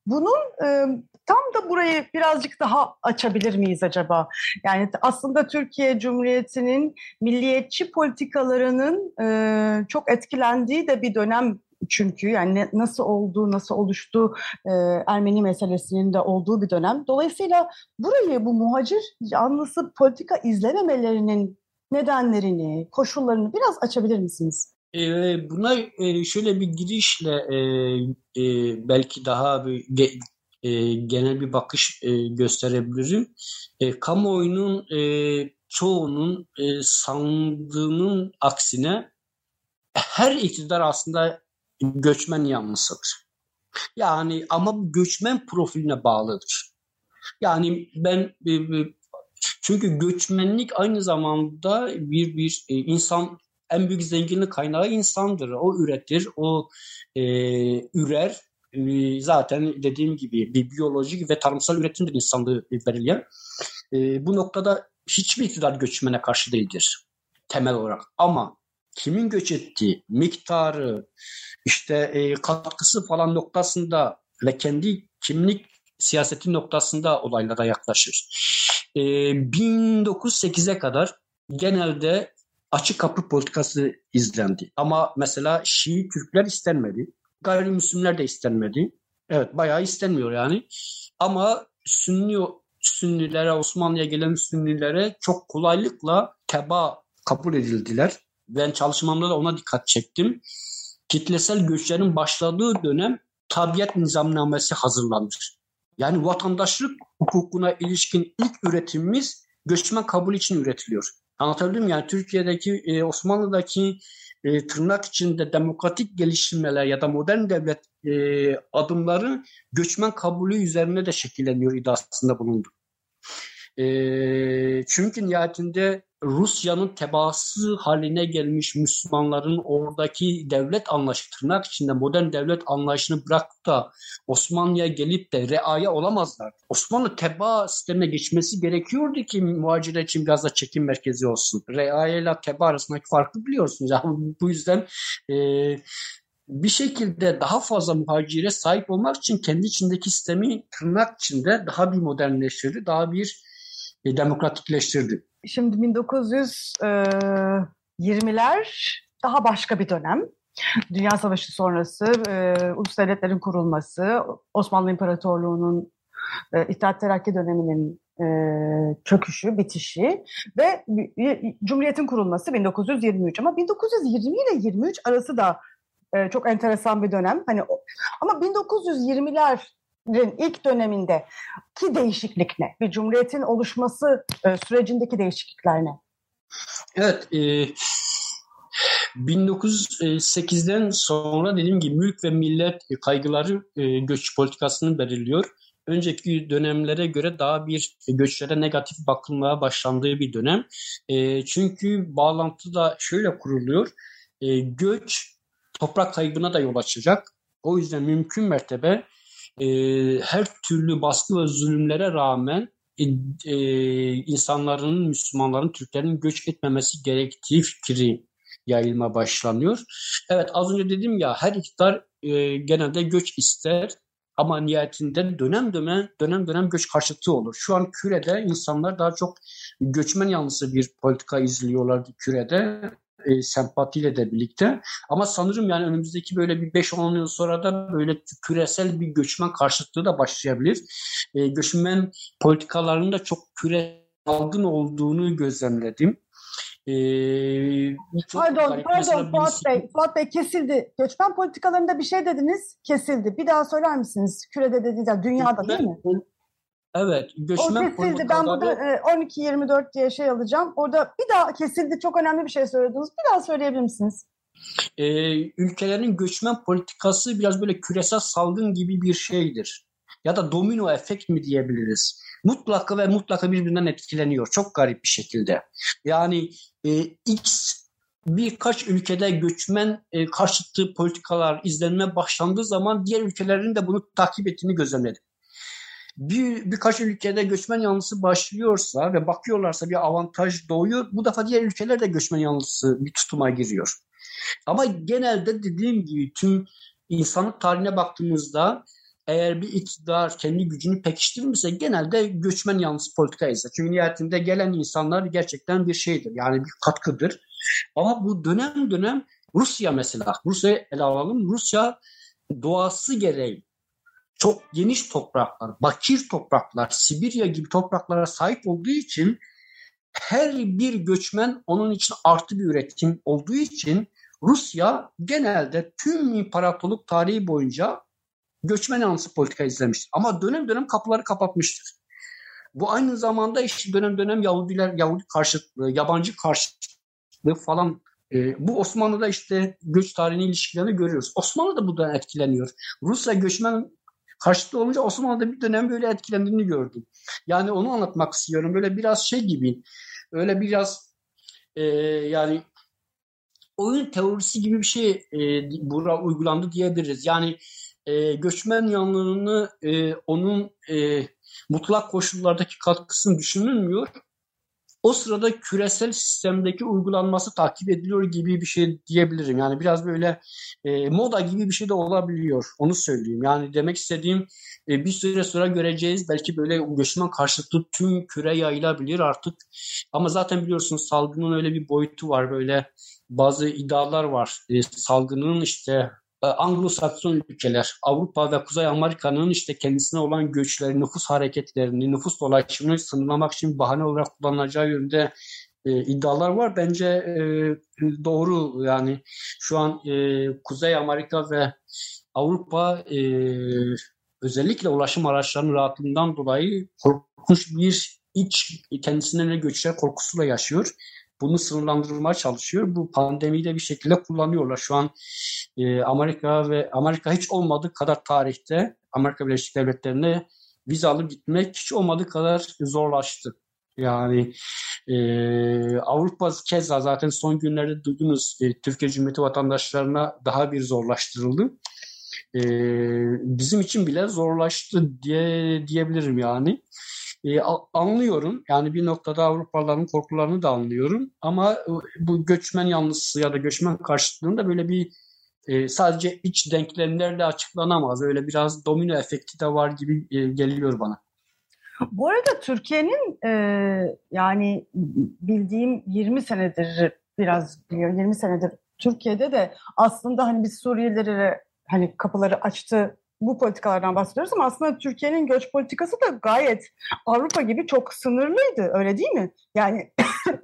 bunun tam da burayı birazcık daha açabilir miyiz acaba? Yani aslında Türkiye Cumhuriyeti'nin milliyetçi politikalarının çok etkilendiği de bir dönem çünkü yani nasıl olduğu, nasıl oluştu Ermeni meselesinin de olduğu bir dönem. Dolayısıyla burayı bu muhacir yanlısı politika izlememelerinin nedenlerini, koşullarını biraz açabilir misiniz? Buna şöyle bir girişle belki daha bir genel bir bakış gösterebilirim. Kamuoyunun çoğunun sandığının aksine her iktidar aslında göçmen yanlısıdır. Yani ama göçmen profiline bağlıdır. Yani çünkü göçmenlik aynı zamanda bir insan en büyük zenginlik kaynağı insandır. O üretir, o ürer. Zaten dediğim gibi bir biyolojik ve tarımsal üretimdir insanlığı belirleyen. Bu noktada hiçbir iktidar göçmene karşı değildir temel olarak. Ama kimin göç ettiği, miktarı, işte katkısı falan noktasında ve kendi kimlik siyaseti noktasında olaylara yaklaşır. 1908'e kadar genelde açık kapı politikası izlendi. Ama mesela Şii Türkler istenmedi. Gayrimüslimler de istenmedi. Evet, bayağı istenmiyor yani. Ama Sünnilere, Osmanlı'ya gelen Sünnilere çok kolaylıkla teba kabul edildiler. Ben çalışmamda da ona dikkat çektim. Kitlesel göçlerin başladığı dönem tabiat nizamnamesi hazırlanmış. Yani vatandaşlık hukukuna ilişkin ilk üretimimiz göçmen kabul için üretiliyor. Anlatabildim mi? Yani Türkiye'deki, Osmanlı'daki tırnak içinde demokratik gelişmeler ya da modern devlet adımları göçmen kabulü üzerine de şekilleniyor iddiasında bulundu. Çünkü nihayetinde Rusya'nın tebaası haline gelmiş Müslümanların oradaki devlet anlayışı, tırnak içinde modern devlet anlayışını bırakıp da Osmanlı'ya gelip de reaya olamazlar. Osmanlı tebaa sistemine geçmesi gerekiyordu ki muhacirler için biraz da çekim merkezi olsun. Reaya ile tebaa arasındaki farkı biliyorsunuz. Yani bu yüzden bir şekilde daha fazla muhacire sahip olmak için kendi içindeki sistemi tırnak içinde daha bir modernleştirdi, daha bir demokratikleştirdi. Şimdi 1920'ler daha başka bir dönem. Dünya Savaşı sonrası ulus devletlerin kurulması, Osmanlı İmparatorluğu'nun İttihat Terakki döneminin çöküşü, bitişi ve Cumhuriyet'in kurulması 1923. Ama 1920 ile 23 arası da çok enteresan bir dönem. Hani ama 1920'lerin ilk dönemindeki değişiklik ne? Bir cumhuriyetin oluşması sürecindeki değişiklikler ne? Evet, 1908'den sonra dediğim gibi mülk ve millet kaygıları göç politikasını belirliyor. Önceki dönemlere göre daha bir göçlere negatif bakılmaya başlandığı bir dönem. Çünkü bağlantı da şöyle kuruluyor. Göç toprak kaybına da yol açacak. O yüzden mümkün mertebe her türlü baskı ve zulümlere rağmen insanların, Müslümanların, Türklerin göç etmemesi gerektiği fikri yayılma başlanıyor. Evet, az önce dedim ya, her iktidar genelde göç ister ama nihayetinde dönem dönem göç karşıtı olur. Şu an Küre'de insanlar daha çok göçmen yanlısı bir politika izliyorlar Küre'de. Sempatiyle de birlikte. Ama sanırım yani önümüzdeki böyle bir 5-10 yıl sonra da böyle küresel bir göçmen karşıtlığı da başlayabilir. Göçmen politikalarının da çok küresel olduğunu gözlemledim. Pardon Fuat Bey kesildi. Göçmen politikalarında bir şey dediniz, kesildi. Bir daha söyler misiniz? Kürede dediğiniz dünyada değil mi? Evet, göçmen politikaları... Ben burada 12-24 diye şey alacağım. Orada bir daha kesildi. Çok önemli bir şey söylediniz. Bir daha söyleyebilir misiniz? Ülkelerin göçmen politikası biraz böyle küresel salgın gibi bir şeydir. Ya da domino efekt mi diyebiliriz? Mutlaka birbirinden etkileniyor. Çok garip bir şekilde. Yani birkaç ülkede göçmen karşıtı politikalar izlenmeye başlandığı zaman diğer ülkelerin de bunu takip ettiğini gözlemledim. Birkaç ülkede göçmen yanlısı başlıyorsa ve bakıyorlarsa bir avantaj doğuyor. Bu defa diğer ülkeler de göçmen yanlısı bir tutuma giriyor. Ama genelde dediğim gibi tüm insanlık tarihine baktığımızda eğer bir iktidar kendi gücünü pekiştirmişse genelde göçmen yanlısı politika izler. Çünkü nihayetinde gelen insanlar gerçekten bir şeydir. Yani bir katkıdır. Ama bu dönem dönem Rusya mesela, Rusya'yı ele alalım. Rusya doğası gereği çok geniş topraklar, bakir topraklar, Sibirya gibi topraklara sahip olduğu için her bir göçmen onun için artı bir üretim olduğu için Rusya genelde tüm imparatorluk tarihi boyunca göçmen yanlısı politika izlemiştir. Ama dönem dönem kapıları kapatmıştır. Bu aynı zamanda işte dönem dönem Yahudi karşıtlığı, yabancı karşıtlığı falan. Bu Osmanlı'da işte göç tarihine ilişkilerini görüyoruz. Osmanlı da bundan etkileniyor. Rusya göçmen karşıtlığı olunca Osmanlı'da bir dönem böyle etkilendiğini gördüm. Yani onu anlatmak istiyorum. Böyle biraz şey gibi, öyle biraz yani oyun teorisi gibi bir şey burada uygulandı diyebiliriz. Yani göçmen yanlılığını onun mutlak koşullardaki katkısını düşünülmüyor. O sırada küresel sistemdeki uygulanması takip ediliyor gibi bir şey diyebilirim. Yani biraz böyle moda gibi bir şey de olabiliyor. Onu söyleyeyim. Yani demek istediğim bir süre sonra göreceğiz. Belki böyle göçmen karşıtlığı tüm küre yayılabilir artık. Ama zaten biliyorsunuz salgının öyle bir boyutu var. Böyle bazı iddialar var. Salgının işte Anglo-Sakson ülkeler, Avrupa ve Kuzey Amerika'nın işte kendisine olan göçleri, nüfus hareketlerini, nüfus dolaşımını sınırlamak için bahane olarak kullanacağı yönünde iddialar var. Bence doğru. Yani şu an Kuzey Amerika ve Avrupa özellikle ulaşım araçlarının rahatlığından dolayı korkunç bir kendisinden göçler korkusuyla yaşıyor. Bunu sınırlandırmaya çalışıyor. Bu pandemiyi de bir şekilde kullanıyorlar. Şu an Amerika hiç olmadığı kadar tarihte Amerika Birleşik Devletleri'ne vize alıp gitmek hiç olmadığı kadar zorlaştı. Yani Avrupa keza zaten son günlerde duydunuz Türkiye Cumhuriyeti vatandaşlarına daha bir zorlaştırıldı. Bizim için bile zorlaştı diyebilirim yani. Anlıyorum. Yani bir noktada Avrupalıların korkularını da anlıyorum. Ama bu göçmen yanlısı ya da göçmen karşıtlığında böyle bir sadece iç denklemlerle açıklanamaz. Öyle biraz domino efekti de var gibi geliyor bana. Bu arada Türkiye'nin yani bildiğim 20 senedir biraz biliyorum 20 senedir Türkiye'de de aslında hani biz Suriyelilere hani kapıları açtı bu politikalardan bahsediyoruz ama aslında Türkiye'nin göç politikası da gayet Avrupa gibi çok sınırlıydı, öyle değil mi? Yani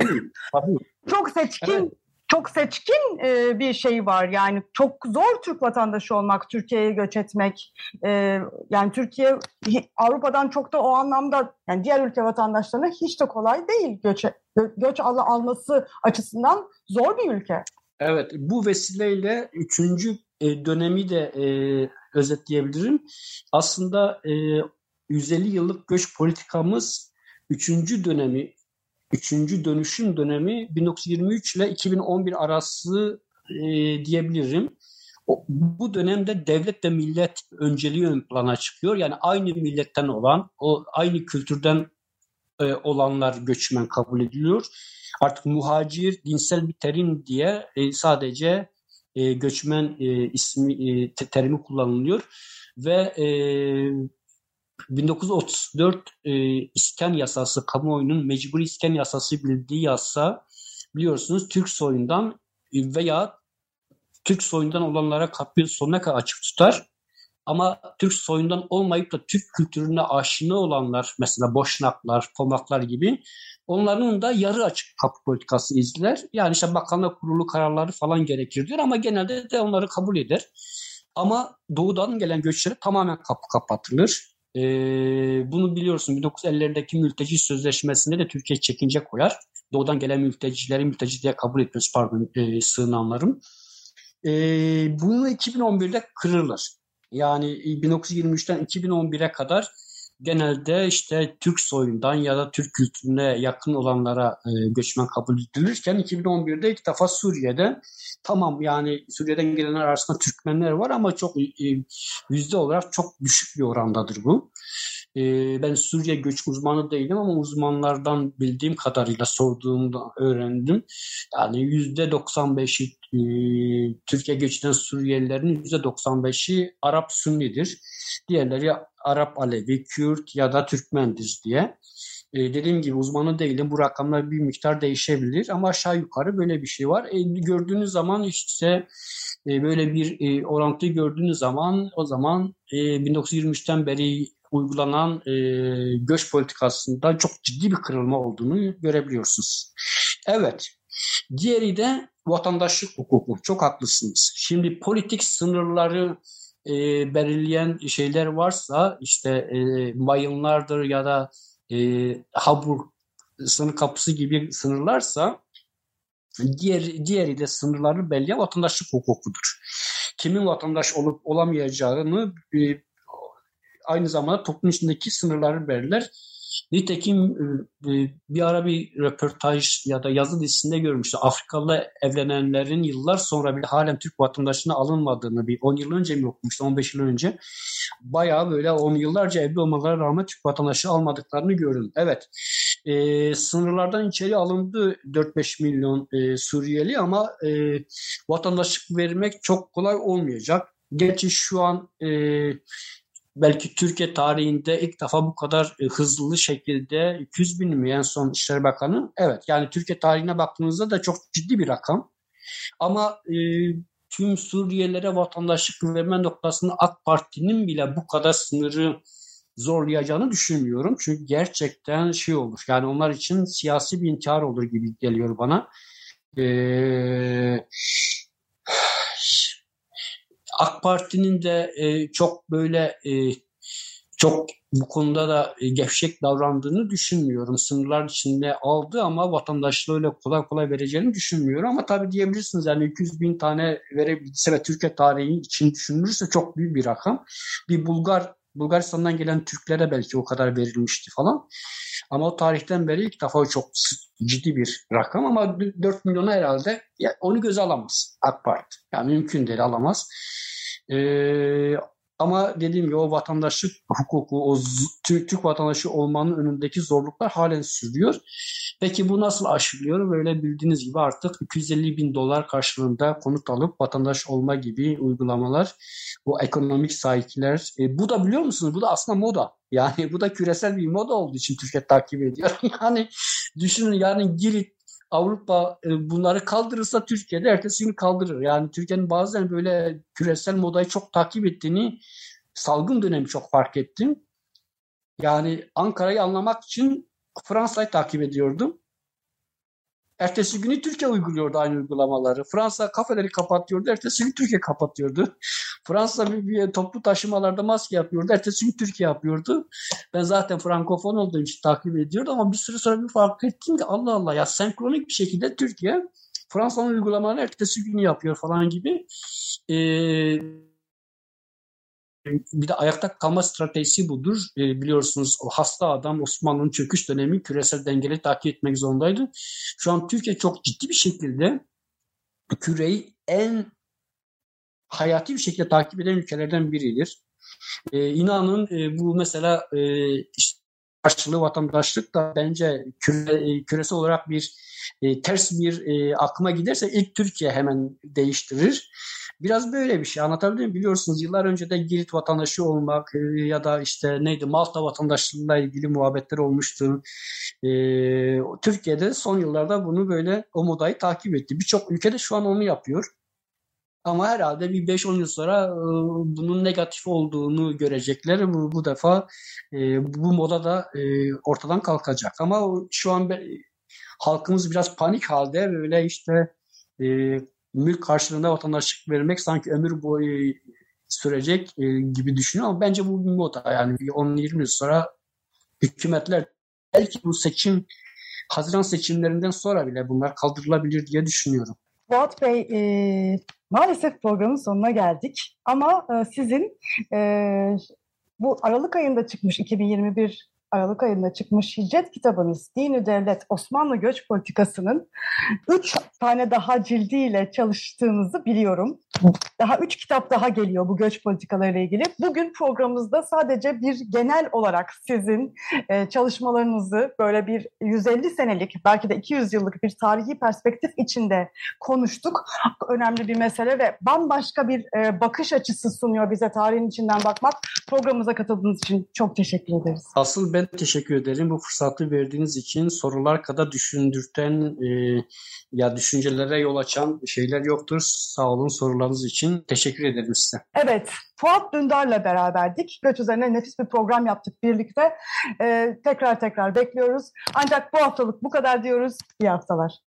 çok seçkin, evet. Çok seçkin bir şey var. Yani çok zor Türk vatandaşı olmak, Türkiye'ye göç etmek. Yani Türkiye Avrupa'dan çok da o anlamda yani diğer ülke vatandaşlarına hiç de kolay değil göç alması açısından zor bir ülke. Evet, bu vesileyle 3. dönemi de özetleyebilirim. Aslında 150 yıllık göç politikamız 3. dönüşüm dönemi 1923 ile 2011 arası diyebilirim. Bu dönemde devlet ve millet önceliği ön plana çıkıyor. Yani aynı milletten olan, o aynı kültürden olanlar göçmen kabul ediliyor. Artık muhacir dinsel bir terim diye sadece göçmen ismi terimi kullanılıyor ve 1934 iskan yasası, kamuoyunun mecburi iskan yasası bildiği yasa, biliyorsunuz Türk soyundan veya Türk soyundan olanlara kapıyı sonuna kadar açık tutar. Ama Türk soyundan olmayıp da Türk kültürüne aşina olanlar, mesela Boşnaklar, Pomaklar gibi, onların da yarı açık kapı politikası izler. Yani işte bakanlık kurulu kararları falan gerekir diyor ama genelde de onları kabul eder. Ama doğudan gelen göçlere tamamen kapı kapatılır. Bunu biliyorsun 1950'lerdeki mülteci sözleşmesinde de Türkiye çekince koyar. Doğudan gelen mültecileri mülteci diye kabul etmiyoruz, sığınanların. Bunu 2011'de kırılır. Yani 1923'ten 2011'e kadar genelde işte Türk soyundan ya da Türk kültürüne yakın olanlara göçmen kabul edilirken 2011'de ilk defa Suriye'de, tamam yani Suriye'den gelenler arasında Türkmenler var ama çok yüzde olarak çok düşük bir orandadır bu. Ben Suriye göç uzmanı değilim ama uzmanlardan bildiğim kadarıyla sorduğumda öğrendim. Yani %95'i Türkiye göç eden Suriyelilerin %95'i Arap Sünnidir. Diğerleri Arap, Alevi, Kürt ya da Türkmendir diye. Dediğim gibi uzmanı değilim. Bu rakamlar bir miktar değişebilir ama aşağı yukarı böyle bir şey var. Gördüğünüz zaman işte böyle bir orantı gördüğünüz zaman o zaman 1923'ten beri uygulanan göç politikasında çok ciddi bir kırılma olduğunu görebiliyorsunuz. Evet. Diğeri de vatandaşlık hukuku. Çok haklısınız. Şimdi politik sınırları belirleyen şeyler varsa işte mayınlardır ya da Habur sınır kapısı gibi sınırlarsa diğeri de sınırları belirleyen vatandaşlık hukukudur. Kimin vatandaş olup olamayacağını aynı zamanda toplum içindeki sınırları belirler. Nitekim bir ara bir röportaj ya da yazı dizisinde görmüştüm. Afrikalı evlenenlerin yıllar sonra bile halen Türk vatandaşlığına alınmadığını bir 10 yıl önce mi okumuştum, 15 yıl önce. Bayağı böyle 10 yıllarca evli olmalarına rağmen Türk vatandaşlığı almadıklarını gördüm. Evet, sınırlardan içeri alındı 4-5 milyon Suriyeli ama vatandaşlık vermek çok kolay olmayacak. Gerçi şu an belki Türkiye tarihinde ilk defa bu kadar hızlı şekilde 200 bin mi en son İçişleri Bakanı? Evet, yani Türkiye tarihine baktığınızda da çok ciddi bir rakam. Ama tüm Suriyelilere vatandaşlık verme noktasında AK Parti'nin bile bu kadar sınırı zorlayacağını düşünmüyorum. Çünkü gerçekten şey olur. Yani onlar için siyasi bir intihar olur gibi geliyor bana. AK Parti'nin de çok böyle çok bu konuda da gevşek davrandığını düşünmüyorum. Sınırlar içinde aldı ama vatandaşlığı öyle kolay kolay vereceğini düşünmüyorum. Ama tabii diyebilirsiniz yani 200 bin tane verebilse ve Türkiye tarihi için düşünülürse çok büyük bir rakam. Bir Bulgaristan'dan gelen Türklere belki o kadar verilmişti falan. Ama o tarihten beri ilk defa çok ciddi bir rakam ama 4 milyona herhalde onu göze alamaz AK Parti. Yani mümkün değil, alamaz. Ama dediğim gibi o vatandaşlık hukuku, o Türk vatandaşı olmanın önündeki zorluklar halen sürüyor. Peki bu nasıl aşılıyor? Böyle bildiğiniz gibi artık 250 bin dolar karşılığında konut alıp vatandaş olma gibi uygulamalar, bu ekonomik sahikiler. Bu da biliyor musunuz? Bu da aslında moda. Yani bu da küresel bir moda olduğu için Türkiye takip ediyor. Yani düşünün, yani Girit, Avrupa bunları kaldırırsa Türkiye'de ertesi gün kaldırır. Yani Türkiye'nin bazen böyle küresel modayı çok takip ettiğini salgın dönemi çok fark ettim. Yani Ankara'yı anlamak için Fransa'yı takip ediyordum. Ertesi günü Türkiye uyguluyordu aynı uygulamaları. Fransa kafeleri kapatıyordu, ertesi gün Türkiye kapatıyordu. Fransa bir toplu taşımalarda maske yapıyordu, ertesi gün Türkiye yapıyordu. Ben zaten Frankofon olduğum için takip ediyordum ama bir süre sonra bir fark ettim ki Allah Allah ya, senkronik bir şekilde Türkiye Fransa'nın uygulamalarını ertesi günü yapıyor falan gibi. Bir de ayakta kalma stratejisi budur. Biliyorsunuz o hasta adam Osmanlı'nın çöküş dönemi küresel dengeleri takip etmek zorundaydı. Şu an Türkiye çok ciddi bir şekilde küreyi en hayati bir şekilde takip eden ülkelerden biridir. İnanın bu mesela işte karşılığı vatandaşlık da bence küresel olarak bir ters bir akıma giderse ilk Türkiye hemen değiştirir. Biraz böyle bir şey, anlatabiliyor muyum? Biliyorsunuz yıllar önce de Girit vatandaşı olmak ya da işte neydi Malta vatandaşlığıyla ilgili muhabbetler olmuştu. Türkiye'de son yıllarda bunu böyle o modayı takip etti. Birçok ülkede şu an onu yapıyor. Ama herhalde bir 5-10 yıl sonra bunun negatif olduğunu görecekler. Bu defa bu moda da ortadan kalkacak. Ama şu an halkımız biraz panik halde, böyle işte mülk karşılığında vatandaşlık vermek sanki ömür boyu sürecek gibi düşünüyor. Ama bence bu bir moda. Yani 10-20 yıl sonra hükümetler belki bu Haziran seçimlerinden sonra bile bunlar kaldırılabilir diye düşünüyorum. Fuat Bey, maalesef programın sonuna geldik ama sizin bu Aralık ayında çıkmış 2021 Aralık ayında çıkmış Hicret kitabınız Dini Devlet Osmanlı Göç Politikası'nın 3 tane daha cildiyle çalıştığınızı biliyorum. Daha 3 kitap daha geliyor bu göç politikalarıyla ilgili. Bugün programımızda sadece bir genel olarak sizin çalışmalarınızı böyle bir 150 senelik belki de 200 yıllık bir tarihi perspektif içinde konuştuk. Önemli bir mesele ve bambaşka bir bakış açısı sunuyor bize tarihin içinden bakmak. Programımıza katıldığınız için çok teşekkür ederiz. Asıl ben teşekkür ederim bu fırsatı verdiğiniz için. Sorular kadar düşündürten ya düşüncelere yol açan şeyler yoktur. Sağ olun sorularınız için. Teşekkür ederim size. Evet, Fuat Dündar'la beraberdik. Göç üzerine nefis bir program yaptık birlikte. Tekrar bekliyoruz. Ancak bu haftalık bu kadar diyoruz. İyi haftalar.